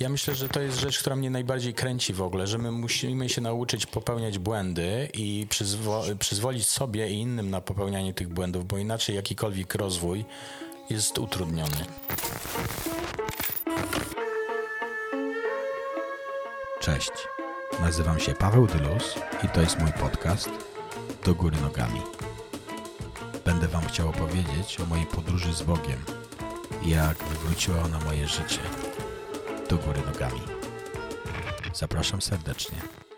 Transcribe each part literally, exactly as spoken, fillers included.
Ja myślę, że to jest rzecz, która mnie najbardziej kręci w ogóle, że my musimy się nauczyć popełniać błędy i przyzwo- przyzwolić sobie i innym na popełnianie tych błędów, bo inaczej jakikolwiek rozwój jest utrudniony. Cześć, nazywam się Paweł Dylus i to jest mój podcast Do Góry Nogami. Będę wam chciał opowiedzieć o mojej podróży z Bogiem i jak wywróciła ona moje życie do góry nogami. Zapraszam serdecznie.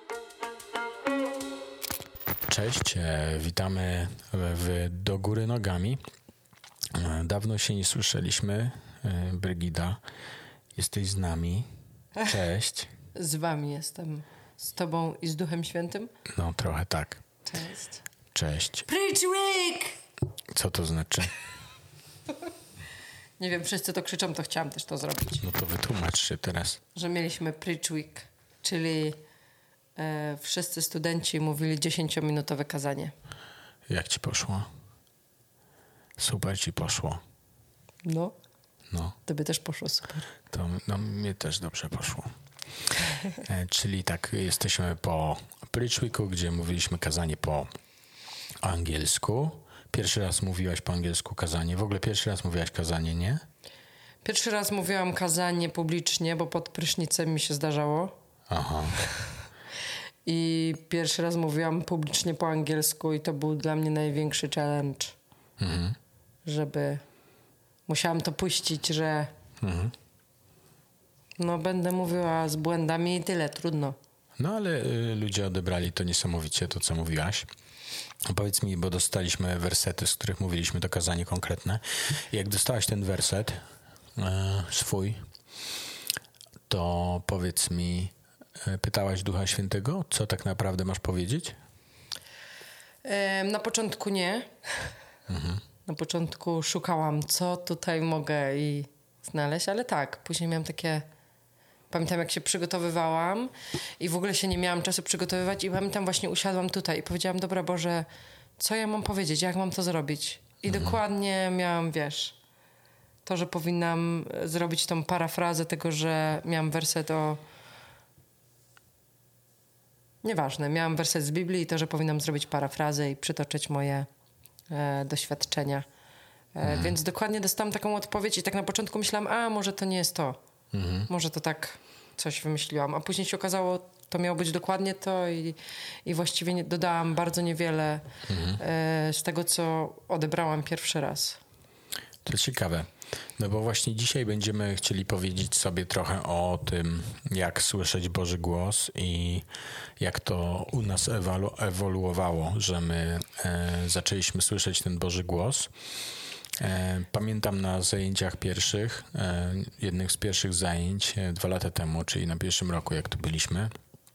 Cześć, e, witamy w Do Góry Nogami. E, dawno się nie słyszeliśmy. E, Brygida, jesteś z nami. Cześć. Z wami jestem. Z tobą i z Duchem Świętym? No, trochę tak. Cześć. Cześć. Preach week! Co to znaczy? Nie wiem, wszyscy to krzyczą, to chciałam też to zrobić. No to wytłumacz się teraz. Że mieliśmy Preach week, czyli e, wszyscy studenci mówili dziesięciominutowe kazanie. Jak ci poszło? Super ci poszło. No, No, tobie też poszło super. to no, mnie też dobrze poszło. E, czyli tak, jesteśmy po Preach Weeku, gdzie mówiliśmy kazanie po angielsku. Pierwszy raz mówiłaś po angielsku kazanie. W ogóle pierwszy raz mówiłaś kazanie, nie? Pierwszy raz mówiłam kazanie publicznie, bo pod prysznicem mi się zdarzało. Aha. I pierwszy raz mówiłam publicznie po angielsku i to był dla mnie największy challenge. Mhm. Żeby... Musiałam to puścić, że... Mhm. No będę mówiła z błędami i tyle, trudno. No ale y, ludzie odebrali to niesamowicie, to co mówiłaś. Powiedz mi, bo dostaliśmy wersety, z których mówiliśmy, to kazanie konkretne. I jak dostałaś ten werset y, swój, to powiedz mi, y, pytałaś Ducha Świętego, co tak naprawdę masz powiedzieć? E, na początku nie. Mhm. Na początku szukałam, co tutaj mogę i znaleźć, ale tak, później miałam takie... Pamiętam, jak się przygotowywałam i w ogóle się nie miałam czasu przygotowywać i pamiętam, właśnie usiadłam tutaj i powiedziałam, dobra Boże, co ja mam powiedzieć, jak mam to zrobić? I mhm. dokładnie miałam, wiesz, to, że powinnam zrobić tą parafrazę tego, że miałam werset o... Nieważne, miałam werset z Biblii i to, że powinnam zrobić parafrazę i przytoczyć moje e, doświadczenia. E, mhm. Więc dokładnie dostałam taką odpowiedź i tak na początku myślałam, a może to nie jest to. Mhm. Może to tak coś wymyśliłam. A później się okazało, to miało być dokładnie to i, i właściwie nie, dodałam bardzo niewiele mhm. e, z tego, co odebrałam pierwszy raz. To ciekawe, no bo właśnie dzisiaj będziemy chcieli powiedzieć sobie trochę o tym, jak słyszeć Boży głos i jak to u nas ewolu- ewoluowało, że my e, zaczęliśmy słyszeć ten Boży głos. Pamiętam na zajęciach pierwszych, jednych z pierwszych zajęć dwa lata temu, czyli na pierwszym roku, jak tu byliśmy,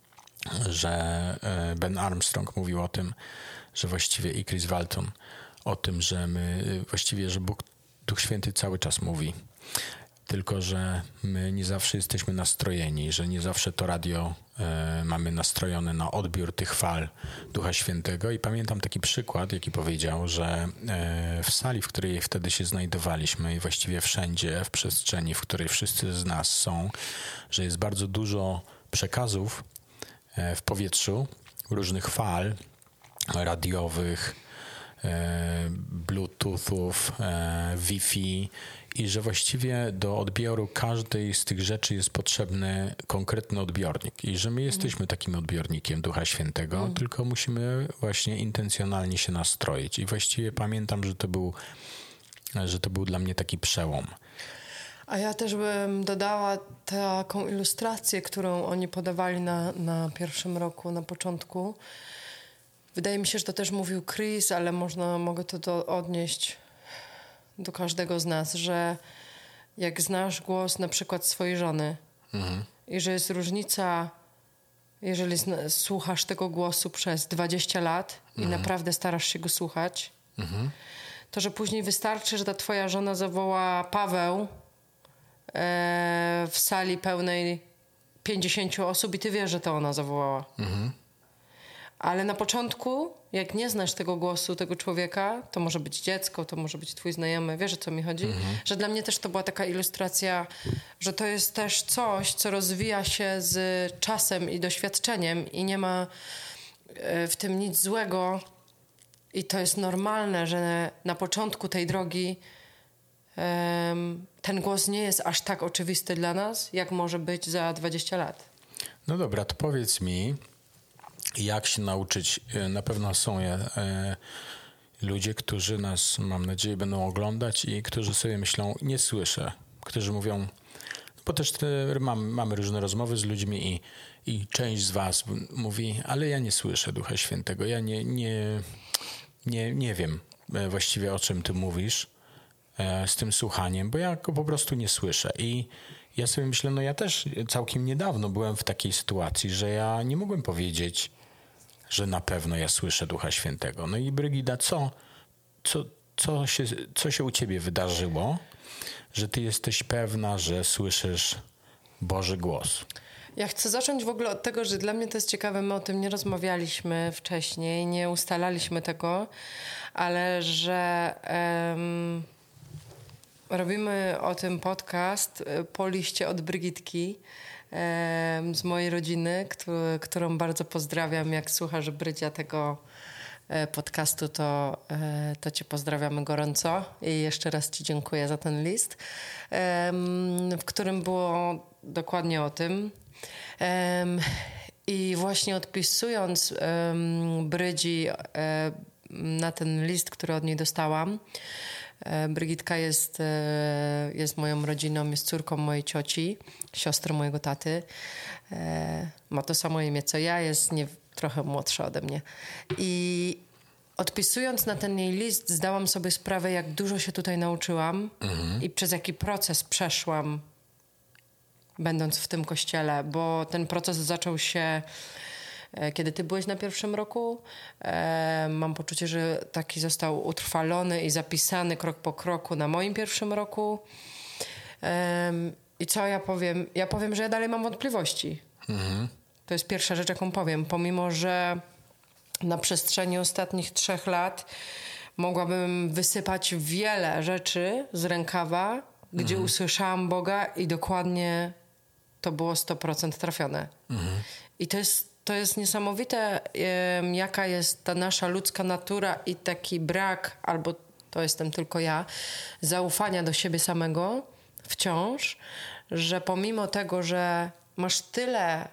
że Ben Armstrong mówił o tym, że właściwie i Chris Walton, o tym, że my właściwie, że Bóg, Duch Święty cały czas mówi. Tylko że my nie zawsze jesteśmy nastrojeni, że nie zawsze to radio e, mamy nastrojone na odbiór tych fal Ducha Świętego. I pamiętam taki przykład, jaki powiedział, że e, w sali, w której wtedy się znajdowaliśmy i właściwie wszędzie w przestrzeni, w której wszyscy z nas są, że jest bardzo dużo przekazów e, w powietrzu, różnych fal radiowych, e, bluetoothów, e, Wi-Fi, i że właściwie do odbioru każdej z tych rzeczy jest potrzebny konkretny odbiornik i że my jesteśmy takim odbiornikiem Ducha Świętego, mm. tylko musimy właśnie intencjonalnie się nastroić. I właściwie pamiętam, że to był, że to był dla mnie taki przełom. A ja też bym dodała taką ilustrację, którą oni podawali na, na pierwszym roku, na początku. Wydaje mi się, że to też mówił Chris, ale można, mogę to do, odnieść do każdego z nas, że jak znasz głos na przykład swojej żony mhm. i że jest różnica, jeżeli zna, słuchasz tego głosu przez dwadzieścia lat mhm. i naprawdę starasz się go słuchać, mhm. to że później wystarczy, że ta twoja żona zawoła Paweł e, w sali pełnej pięćdziesięciu osób i ty wiesz, że to ona zawołała. Mhm. Ale na początku, jak nie znasz tego głosu, tego człowieka, to może być dziecko, to może być twój znajomy, wiesz, o co mi chodzi? Mhm. Że dla mnie też to była taka ilustracja, że to jest też coś, co rozwija się z czasem i doświadczeniem i nie ma w tym nic złego i to jest normalne, że na początku tej drogi um, ten głos nie jest aż tak oczywisty dla nas, jak może być za dwadzieścia lat. No dobra, to powiedz mi, jak się nauczyć? Na pewno są e, ludzie, którzy nas, mam nadzieję, będą oglądać i którzy sobie myślą, nie słyszę. Którzy mówią, bo też te, mam, mamy różne rozmowy z ludźmi i, i część z was mówi, ale ja nie słyszę Ducha Świętego. Ja nie, nie, nie, nie wiem właściwie, o czym ty mówisz e, z tym słuchaniem, bo ja go po prostu nie słyszę. I ja sobie myślę, no ja też całkiem niedawno byłem w takiej sytuacji, że ja nie mogłem powiedzieć, że na pewno ja słyszę Ducha Świętego. No i Brygida, co, co, co, się, co się u ciebie wydarzyło, że ty jesteś pewna, że słyszysz Boży głos? Ja chcę zacząć w ogóle od tego, że dla mnie to jest ciekawe, my o tym nie rozmawialiśmy wcześniej, nie ustalaliśmy tego, ale że um, robimy o tym podcast po liście od Brygitki um, z mojej rodziny, który, którą bardzo pozdrawiam. Jak słuchasz, Brydzia, tego podcastu, to, to cię pozdrawiamy gorąco i jeszcze raz ci dziękuję za ten list, w którym było dokładnie o tym. I właśnie odpisując Brydzi na ten list, który od niej dostałam, Brygitka jest, jest moją rodziną, jest córką mojej cioci, siostrą mojego taty. Ma to samo imię co ja, jest nie, trochę młodsza ode mnie. I odpisując na ten jej list, zdałam sobie sprawę, jak dużo się tutaj nauczyłam mhm. i przez jaki proces przeszłam, będąc w tym kościele, bo ten proces zaczął się, kiedy ty byłeś na pierwszym roku. E, mam poczucie, że taki został utrwalony i zapisany krok po kroku na moim pierwszym roku. E, I co ja powiem? Ja powiem, że ja dalej mam wątpliwości. Mhm. To jest pierwsza rzecz, jaką powiem. Pomimo, że na przestrzeni ostatnich trzech lat mogłabym wysypać wiele rzeczy z rękawa, gdzie mhm. usłyszałam Boga i dokładnie to było sto procent trafione. Mhm. I to jest, to jest niesamowite, um, jaka jest ta nasza ludzka natura i taki brak, albo to jestem tylko ja, zaufania do siebie samego wciąż, że pomimo tego, że masz tyle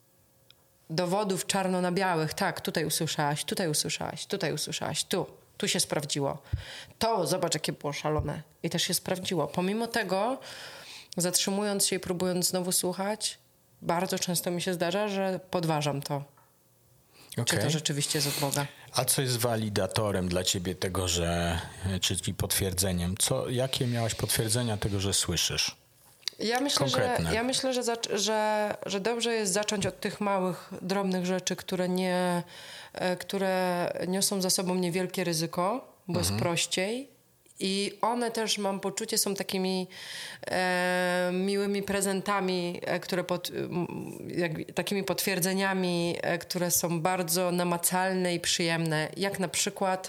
dowodów czarno na białych, tak, tutaj usłyszałaś, tutaj usłyszałaś, tutaj usłyszałaś, tu, tu się sprawdziło. To, zobacz, jakie było szalone. I też się sprawdziło. Pomimo tego, zatrzymując się i próbując znowu słuchać, bardzo często mi się zdarza, że podważam to. Okay. Czy to rzeczywiście jest od Boga. A co jest walidatorem dla ciebie tego, że, czyli potwierdzeniem? Co, jakie miałaś potwierdzenia tego, że słyszysz? Ja myślę, że, ja myślę że, że, że dobrze jest zacząć od tych małych, drobnych rzeczy, które, nie, które niosą za sobą niewielkie ryzyko, bo mhm. jest prościej. I one też, mam poczucie, są takimi e, miłymi prezentami, e, które pod, jak, takimi potwierdzeniami, e, które są bardzo namacalne i przyjemne. Jak na przykład,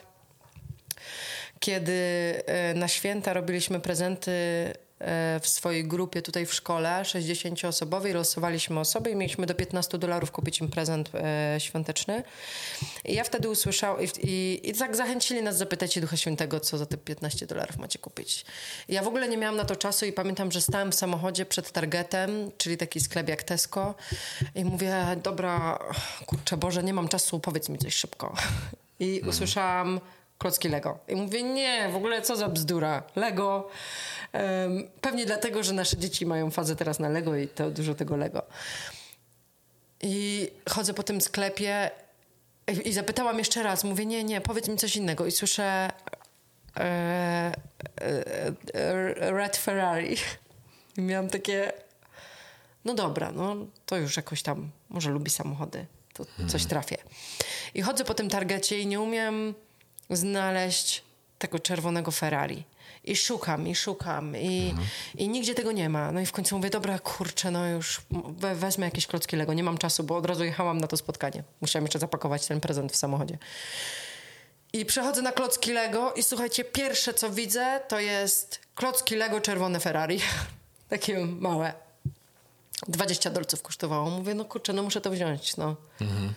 kiedy e, na święta robiliśmy prezenty w swojej grupie tutaj w szkole sześćdziesięcioosobowej, losowaliśmy osoby i mieliśmy do piętnastu dolarów kupić im prezent e, świąteczny. I ja wtedy usłyszałam i, i, i tak zachęcili nas, zapytajcie Ducha Świętego, co za te piętnaście dolarów macie kupić. I ja w ogóle nie miałam na to czasu i pamiętam, że stałem w samochodzie przed Targetem, czyli taki sklep jak Tesco i mówię, dobra, kurczę Boże, nie mam czasu, powiedz mi coś szybko. I hmm. usłyszałam klocki Lego. I mówię, nie, w ogóle co za bzdura. Lego. Um, pewnie dlatego, że nasze dzieci mają fazę teraz na Lego i to dużo tego Lego. I chodzę po tym sklepie i, i zapytałam jeszcze raz. Mówię, nie, nie, powiedz mi coś innego. I słyszę e, e, Red Ferrari. I miałam takie, no dobra, no to już jakoś tam, może lubi samochody. To coś trafię. I chodzę po tym Targecie i nie umiem znaleźć tego czerwonego Ferrari. I szukam, i szukam, i, mhm. i nigdzie tego nie ma. No i w końcu mówię, dobra, kurczę, no już we, wezmę jakieś klocki Lego. Nie mam czasu, bo od razu jechałam na to spotkanie. Musiałam jeszcze zapakować ten prezent w samochodzie. I przechodzę na klocki Lego i słuchajcie, pierwsze co widzę, to jest klocki Lego czerwone Ferrari. Takie małe. dwadzieścia dolców kosztowało. Mówię, no kurczę, no muszę to wziąć, no. Mhm.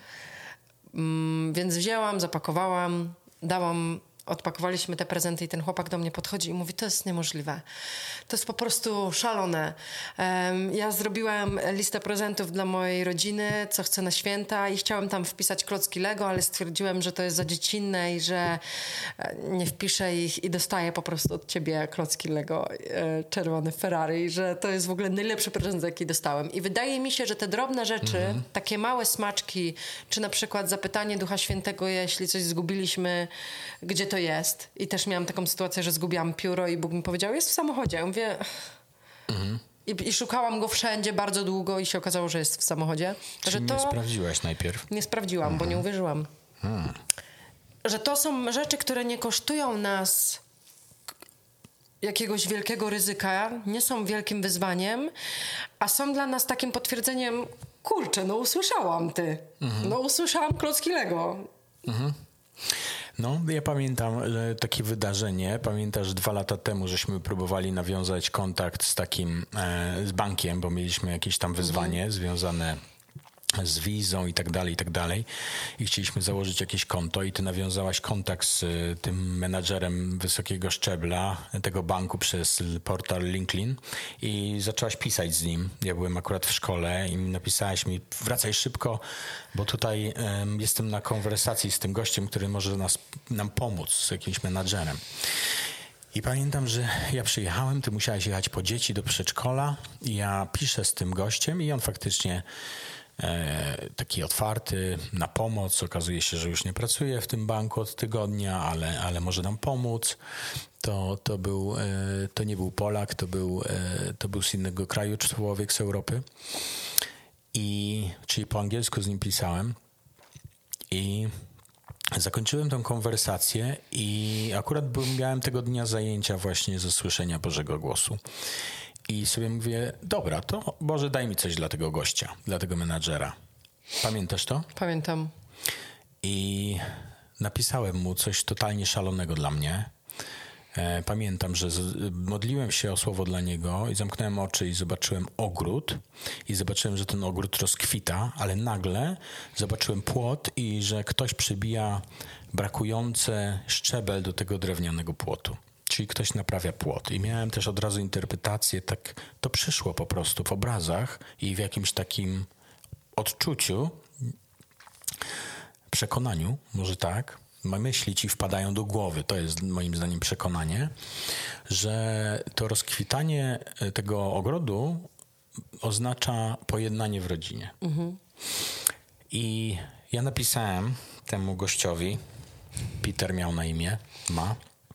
Mm, więc wzięłam, zapakowałam, dałam... Odpakowaliśmy te prezenty i ten chłopak do mnie podchodzi i mówi, to jest niemożliwe. To jest po prostu szalone. Um, ja zrobiłem listę prezentów dla mojej rodziny, co chcę na święta i chciałem tam wpisać klocki Lego, ale stwierdziłem, że to jest za dziecinne i że nie wpiszę ich i dostaję po prostu od ciebie klocki Lego e, czerwony Ferrari, że to jest w ogóle najlepszy prezent, jaki dostałem. I wydaje mi się, że te drobne rzeczy, mhm. takie małe smaczki, czy na przykład zapytanie Ducha Świętego, jeśli coś zgubiliśmy, gdzie to jest. I też miałam taką sytuację, że zgubiłam pióro i Bóg mi powiedział, jest w samochodzie. Ja mówię... Mhm. I, I szukałam go wszędzie bardzo długo i się okazało, że jest w samochodzie. Czyli że nie to... sprawdziłaś najpierw? Nie sprawdziłam, mhm. bo nie uwierzyłam. Hmm. Że to są rzeczy, które nie kosztują nas jakiegoś wielkiego ryzyka, nie są wielkim wyzwaniem, a są dla nas takim potwierdzeniem, kurczę, no usłyszałam ty. Mhm. No usłyszałam klocki Lego. Mhm. No, ja pamiętam takie wydarzenie. Pamiętasz, dwa lata temu żeśmy próbowali nawiązać kontakt z takim, e, z bankiem, bo mieliśmy jakieś tam wyzwanie mhm. związane z wizą i tak dalej, i tak dalej. I chcieliśmy założyć jakieś konto i ty nawiązałaś kontakt z y, tym menadżerem wysokiego szczebla tego banku przez portal LinkedIn i zaczęłaś pisać z nim. Ja byłem akurat w szkole i napisałaś mi, wracaj szybko, bo tutaj y, jestem na konwersacji z tym gościem, który może nas, nam pomóc, z jakimś menadżerem. I pamiętam, że ja przyjechałem, ty musiałaś jechać po dzieci do przedszkola i ja piszę z tym gościem i on faktycznie E, taki otwarty na pomoc. Okazuje się, że już nie pracuje w tym banku od tygodnia, ale, ale może nam pomóc. To, to, był, e, to nie był Polak, to był, e, to był z innego kraju, człowiek z Europy. I, czyli po angielsku z nim pisałem. I zakończyłem tę konwersację i akurat byłem, miałem tego dnia zajęcia właśnie ze słyszenia Bożego Głosu. I sobie mówię, dobra, to Boże, daj mi coś dla tego gościa, dla tego menadżera. Pamiętasz to? Pamiętam. I napisałem mu coś totalnie szalonego dla mnie. E, pamiętam, że z, modliłem się o słowo dla niego i zamknąłem oczy i zobaczyłem ogród. I zobaczyłem, że ten ogród rozkwita, ale nagle zobaczyłem płot i że ktoś przybija brakujący szczebel do tego drewnianego płotu. Czyli ktoś naprawia płot. I miałem też od razu interpretację, tak to przyszło po prostu w obrazach i w jakimś takim odczuciu, przekonaniu, może tak, myśli ci wpadają do głowy, to jest moim zdaniem przekonanie, że to rozkwitanie tego ogrodu oznacza pojednanie w rodzinie. Mhm. I ja napisałem temu gościowi, Peter miał na imię, ma,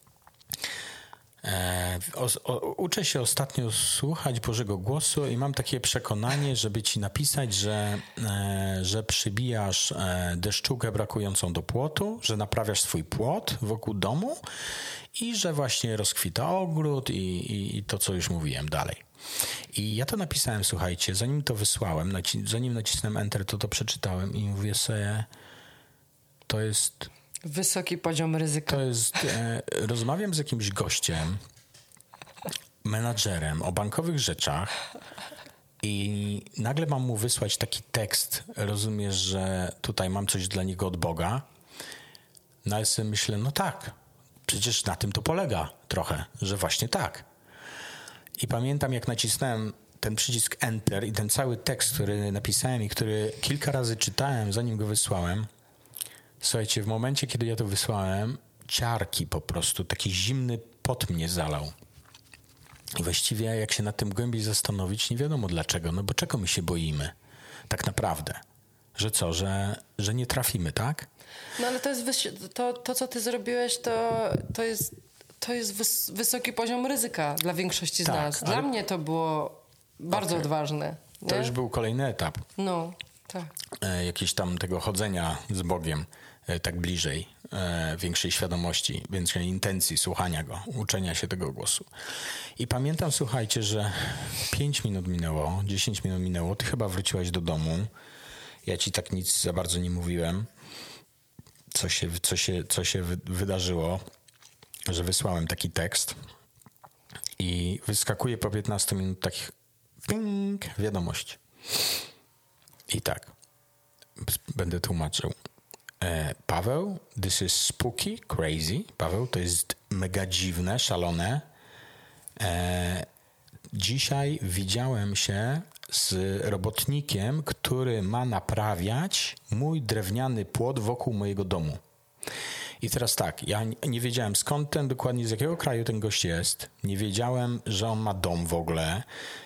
E, o, o, uczę się ostatnio słuchać Bożego Głosu i mam takie przekonanie, żeby ci napisać, że, e, że przybijasz e, deszczułkę brakującą do płotu, że naprawiasz swój płot wokół domu i że właśnie rozkwita ogród i, i, i to, co już mówiłem dalej. I ja to napisałem, słuchajcie, zanim to wysłałem, naci- zanim nacisnąłem Enter, to to przeczytałem i mówię sobie, to jest... Wysoki poziom ryzyka. To jest, e, rozmawiam z jakimś gościem, menadżerem o bankowych rzeczach i nagle mam mu wysłać taki tekst. Rozumiesz, że tutaj mam coś dla niego od Boga. No ale sobie myślę, no tak, przecież na tym to polega trochę, że właśnie tak. I pamiętam, jak nacisnąłem ten przycisk Enter i ten cały tekst, który napisałem i który kilka razy czytałem, zanim go wysłałem. Słuchajcie, w momencie, kiedy ja to wysłałem, ciarki po prostu, taki zimny pot mnie zalał. I właściwie jak się nad tym głębiej zastanowić, nie wiadomo dlaczego. No bo czego my się boimy tak naprawdę? Że co, że, że nie trafimy, tak? No ale to jest wys- to, to, co ty zrobiłeś, to, to jest, to jest wys- wysoki poziom ryzyka dla większości z tak, nas. Dla ale... mnie to było bardzo okay. odważne. To nie? już był kolejny etap. No, tak. E, jakieś tam tego chodzenia z Bogiem. tak bliżej, e, większej świadomości, większej intencji słuchania go, uczenia się tego głosu. I pamiętam, słuchajcie, że pięć minut minęło, dziesięć minut minęło, ty chyba wróciłaś do domu, ja ci tak nic za bardzo nie mówiłem, co się, co się, co się wydarzyło, że wysłałem taki tekst i wyskakuje po piętnastu minutach ping, wiadomość. I tak, będę tłumaczył. E, Paweł, this is spooky, crazy. Paweł, to jest mega dziwne, szalone. E, dzisiaj widziałem się z robotnikiem, który ma naprawiać mój drewniany płot wokół mojego domu. I teraz tak, ja nie wiedziałem skąd ten, dokładnie z jakiego kraju ten gość jest. Nie wiedziałem, że on ma dom w ogóle.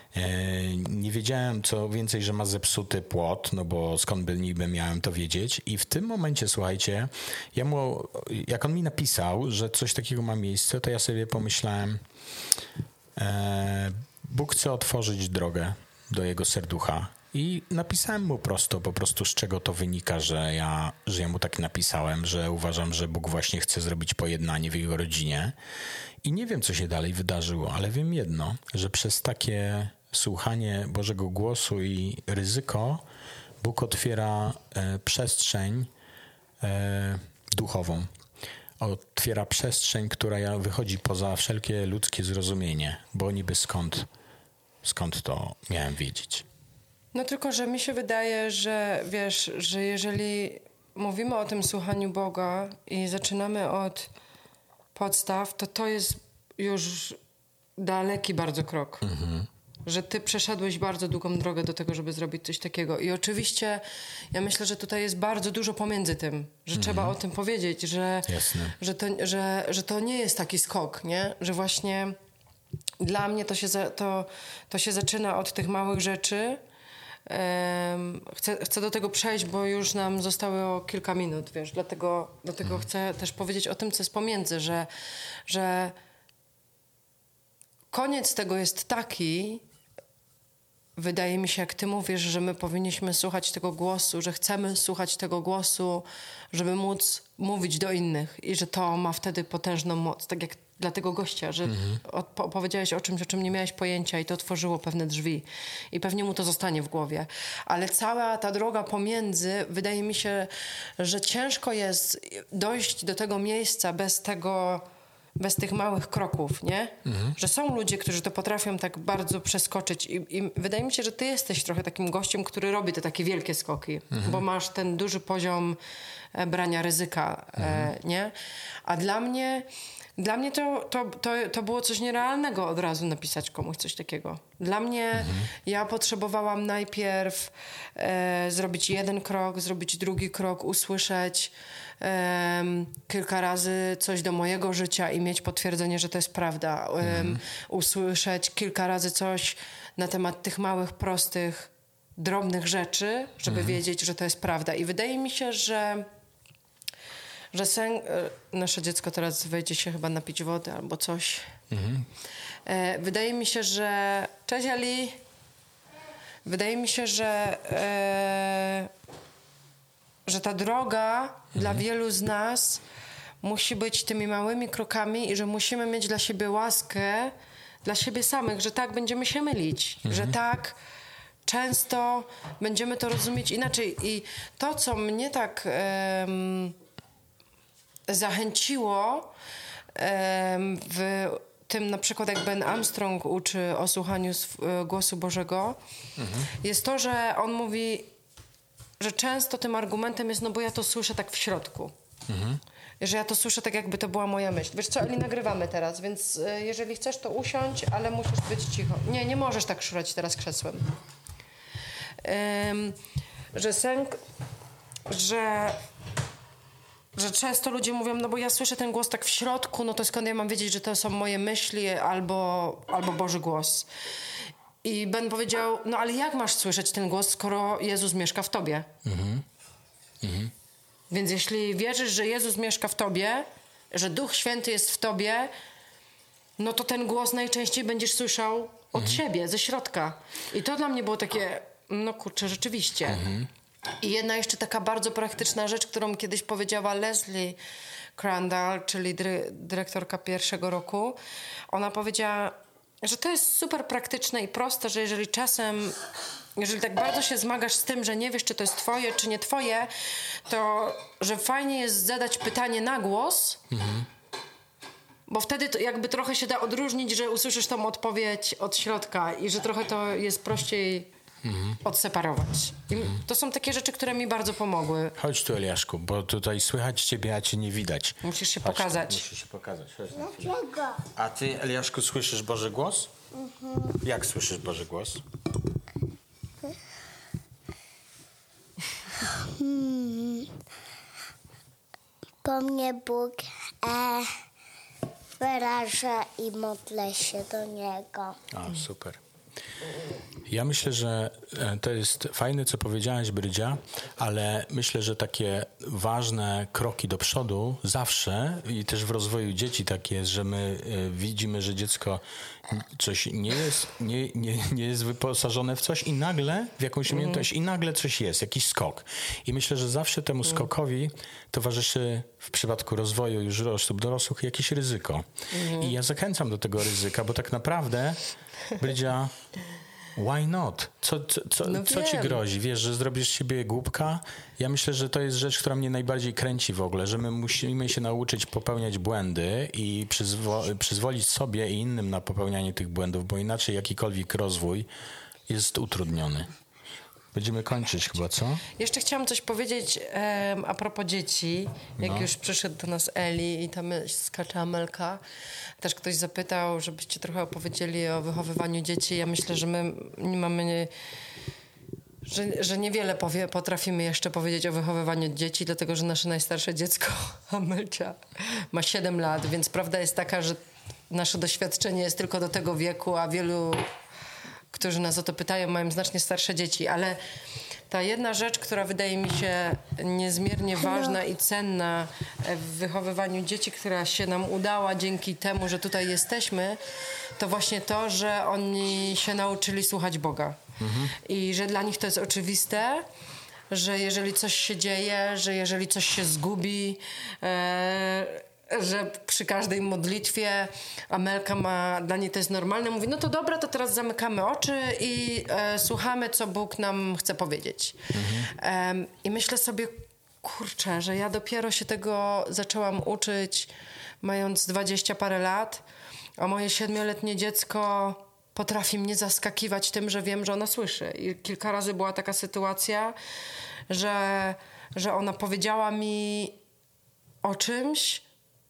Nie wiedziałem, co więcej, że ma zepsuty płot, no bo skąd by niby miałem to wiedzieć. I w tym momencie, słuchajcie, ja mu, jak on mi napisał, że coś takiego ma miejsce, to ja sobie pomyślałem, e, Bóg chce otworzyć drogę do jego serducha. I napisałem mu prosto, po prostu z czego to wynika, że ja, że ja mu tak napisałem, że uważam, że Bóg właśnie chce zrobić pojednanie w jego rodzinie. I nie wiem, co się dalej wydarzyło, ale wiem jedno, że przez takie słuchanie Bożego głosu i ryzyko Bóg otwiera e, przestrzeń e, duchową. Otwiera przestrzeń, która wychodzi poza wszelkie ludzkie zrozumienie, bo niby skąd, skąd to miałem wiedzieć. No tylko, że mi się wydaje, że wiesz, że jeżeli mówimy o tym słuchaniu Boga i zaczynamy od podstaw, to to jest już daleki bardzo krok. Mhm. Że ty przeszedłeś bardzo długą drogę do tego, żeby zrobić coś takiego. I oczywiście ja myślę, że tutaj jest bardzo dużo pomiędzy tym, że mhm. trzeba o tym powiedzieć, że, że, to, że, że to nie jest taki skok, nie? Że właśnie dla mnie to się, za, to, to się zaczyna od tych małych rzeczy. Um, chcę, chcę do tego przejść, bo już nam zostało kilka minut, wiesz, dlatego, dlatego mhm. chcę też powiedzieć o tym, co jest pomiędzy, że, że koniec tego jest taki, wydaje mi się, jak ty mówisz, że my powinniśmy słuchać tego głosu, że chcemy słuchać tego głosu, żeby móc mówić do innych i że to ma wtedy potężną moc, tak jak dla tego gościa, że mhm. opowiedziałeś o czymś, o czym nie miałeś pojęcia i to otworzyło pewne drzwi i pewnie mu to zostanie w głowie. Ale cała ta droga pomiędzy, wydaje mi się, że ciężko jest dojść do tego miejsca bez tego, bez tych małych kroków, nie? Mhm. Że są ludzie, którzy to potrafią tak bardzo przeskoczyć i, i wydaje mi się, że ty jesteś trochę takim gościem, który robi te takie wielkie skoki, mhm. bo masz ten duży poziom e, brania ryzyka, mhm. e, nie? A dla mnie Dla mnie to, to, to, to było coś nierealnego od razu napisać komuś coś takiego. Dla mnie mhm. ja potrzebowałam najpierw e, zrobić jeden krok, zrobić drugi krok, usłyszeć e, kilka razy coś do mojego życia i mieć potwierdzenie, że to jest prawda. E, mhm. Usłyszeć kilka razy coś na temat tych małych, prostych, drobnych rzeczy, żeby mhm. wiedzieć, że to jest prawda. I wydaje mi się, że że sen, nasze dziecko teraz wejdzie się chyba napić wody albo coś. Mhm. E, wydaje mi się, że... Cześć, Ali. Wydaje mi się, że e, że ta droga mhm. dla wielu z nas musi być tymi małymi krokami i że musimy mieć dla siebie łaskę, dla siebie samych, że tak będziemy się mylić, mhm. że tak często będziemy to rozumieć inaczej. I to, co mnie tak... E, zachęciło w tym, na przykład jak Ben Armstrong uczy o słuchaniu głosu Bożego, mhm. jest to, że on mówi, że często tym argumentem jest, no bo ja to słyszę tak w środku. Mhm. Że ja to słyszę tak, jakby to była moja myśl. Wiesz co, Eli, nagrywamy teraz, więc jeżeli chcesz, to usiądź, ale musisz być cicho. Nie, nie możesz tak szurać teraz krzesłem. Um, że sęk, że że często ludzie mówią, no bo ja słyszę ten głos tak w środku, no to skąd ja mam wiedzieć, że to są moje myśli albo, albo Boży głos. I Ben powiedział, no ale jak masz słyszeć ten głos, skoro Jezus mieszka w tobie? Mhm. Mhm. Więc jeśli wierzysz, że Jezus mieszka w tobie, że Duch Święty jest w tobie, no to ten głos najczęściej będziesz słyszał od mhm. siebie, ze środka. I to dla mnie było takie, no kurczę, rzeczywiście. Mhm. I jedna jeszcze taka bardzo praktyczna rzecz, którą kiedyś powiedziała Leslie Crandall, czyli dyry, dyrektorka pierwszego roku. Ona powiedziała, że to jest super praktyczne i proste, że jeżeli czasem, jeżeli tak bardzo się zmagasz z tym, że nie wiesz, czy to jest twoje, czy nie twoje, to że fajnie jest zadać pytanie na głos, mhm. bo wtedy to jakby trochę się da odróżnić, że usłyszysz tą odpowiedź od środka i że trochę to jest prościej mhm. odseparować. I to są takie rzeczy, które mi bardzo pomogły. Chodź tu, Eliaszku, bo tutaj słychać ciebie, a cię nie widać. Musisz się Chodź, pokazać. Musisz się pokazać. Chodź na chwilę. A ty, Eliaszku, słyszysz Boży głos? Mhm. Jak słyszysz Boży głos? Hmm. Po mnie Bóg e, wyraża i modlę się do Niego. A, super. Ja myślę, że to jest fajne, co powiedziałaś, Brydzia, ale myślę, że takie ważne kroki do przodu zawsze i też w rozwoju dzieci tak jest, że my widzimy, że dziecko coś nie jest, nie, nie, nie jest wyposażone w coś i nagle w jakąś umiejętność i nagle coś jest, jakiś skok. I myślę, że zawsze temu skokowi towarzyszy w przypadku rozwoju już osób dorosłych jakieś ryzyko. Mhm. I ja zachęcam do tego ryzyka, bo tak naprawdę, Brydzia, why not? Co, co, co, no co ci grozi? Wiesz, że zrobisz z siebie głupka? Ja myślę, że to jest rzecz, która mnie najbardziej kręci w ogóle, że my musimy się nauczyć popełniać błędy i przyzwo- przyzwolić sobie i innym na popełnianie tych błędów, bo inaczej jakikolwiek rozwój jest utrudniony. Będziemy kończyć chyba, co? Jeszcze chciałam coś powiedzieć um, a propos dzieci. Jak no. już przyszedł do nas Eli i tam skacza Amelka, też ktoś zapytał, żebyście trochę opowiedzieli o wychowywaniu dzieci. Ja myślę, że my nie mamy... Nie, że, że niewiele powie, potrafimy jeszcze powiedzieć o wychowywaniu dzieci, dlatego że nasze najstarsze dziecko, Amelcia, ma siedem lat, więc prawda jest taka, że nasze doświadczenie jest tylko do tego wieku, a wielu... którzy nas o to pytają, mają znacznie starsze dzieci, ale ta jedna rzecz, która wydaje mi się niezmiernie ważna i cenna w wychowywaniu dzieci, która się nam udała dzięki temu, że tutaj jesteśmy, to właśnie to, że oni się nauczyli słuchać Boga. Mhm. I że dla nich to jest oczywiste, że jeżeli coś się dzieje, że jeżeli coś się zgubi, e, że przy każdej modlitwie Amelka ma, dla niej to jest normalne, mówi, no to dobra, to teraz zamykamy oczy i e, słuchamy, co Bóg nam chce powiedzieć. Mhm. E, I myślę sobie, kurczę, że ja dopiero się tego zaczęłam uczyć mając dwadzieścia parę lat, a moje siedmioletnie dziecko potrafi mnie zaskakiwać tym, że wiem, że ona słyszy. I kilka razy była taka sytuacja, że, że ona powiedziała mi o czymś,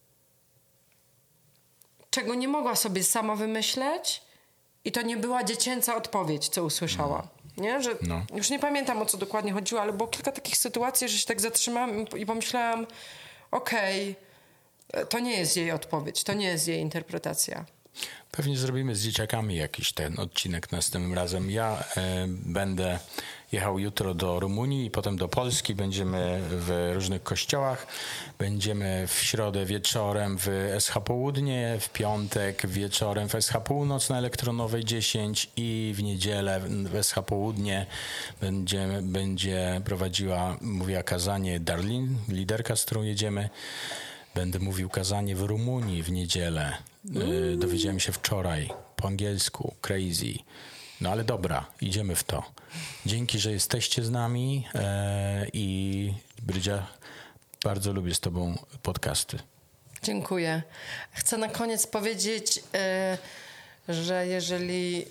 czego nie mogła sobie sama wymyśleć i to nie była dziecięca odpowiedź, co usłyszała. Nie? Że no. Już nie pamiętam, o co dokładnie chodziło, ale było kilka takich sytuacji, że się tak zatrzymałam i pomyślałam, okej, okay, to nie jest jej odpowiedź, to nie jest jej interpretacja. Pewnie zrobimy z dzieciakami jakiś ten odcinek następnym razem. Ja e, będę jechał jutro do Rumunii i potem do Polski. Będziemy w różnych kościołach. Będziemy w środę wieczorem w S H Południe, w piątek wieczorem w S H Północ na Elektronowej dziesięć i w niedzielę w S H Południe będzie, będzie prowadziła, mówiła kazanie Darlin, liderka, z którą jedziemy. Będę mówił kazanie w Rumunii w niedzielę. Yy, dowiedziałem się wczoraj po angielsku. Crazy. No ale dobra, idziemy w to. Dzięki, że jesteście z nami yy, i Brydzia, bardzo lubię z tobą podcasty. Dziękuję. Chcę na koniec powiedzieć, yy, że jeżeli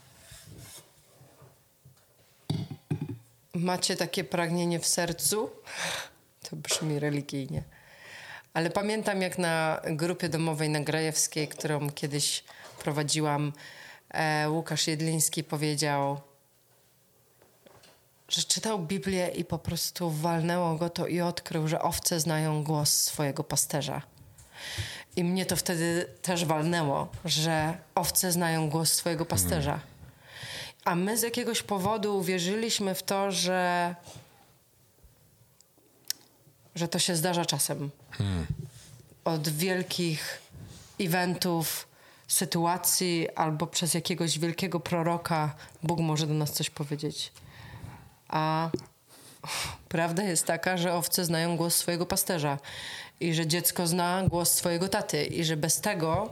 macie takie pragnienie w sercu, to brzmi religijnie, ale pamiętam, jak na grupie domowej na Grajewskiej, którą kiedyś prowadziłam, e, Łukasz Jedliński powiedział, że czytał Biblię i po prostu walnęło go to i odkrył, że owce znają głos swojego pasterza. I mnie to wtedy też walnęło, że owce znają głos swojego pasterza. A my z jakiegoś powodu uwierzyliśmy w to, że że to się zdarza czasem. Hmm. Od wielkich eventów, sytuacji albo przez jakiegoś wielkiego proroka Bóg może do nas coś powiedzieć. A prawda jest taka, że owce znają głos swojego pasterza i że dziecko zna głos swojego taty i że bez tego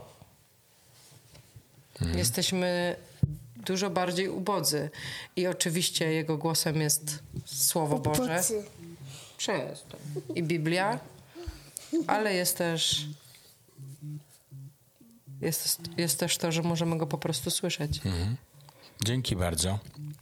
mhm. jesteśmy dużo bardziej ubodzy. I oczywiście jego głosem jest Słowo Boże. Przestań. I Biblia, ale jest też jest, jest też to, że możemy go po prostu słyszeć. Mhm. Dzięki bardzo.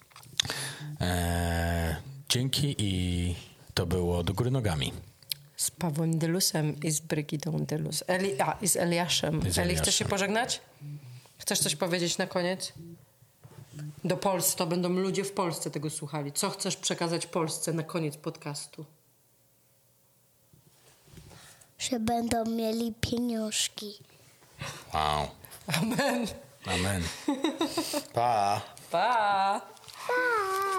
Eee, dzięki i to było Do Góry Nogami. Z Pawłem Dylusem i z Brygidą Dylus. Eli, a, i z Eliaszem. I z Eli, Eliaszem. chcesz się pożegnać? Chcesz coś powiedzieć na koniec? Do Polski, to będą ludzie w Polsce tego słuchali. Co chcesz przekazać Polsce na koniec podcastu? Że będą mieli pieniążki. Wow. Amen. Amen. Pa. Pa. Pa!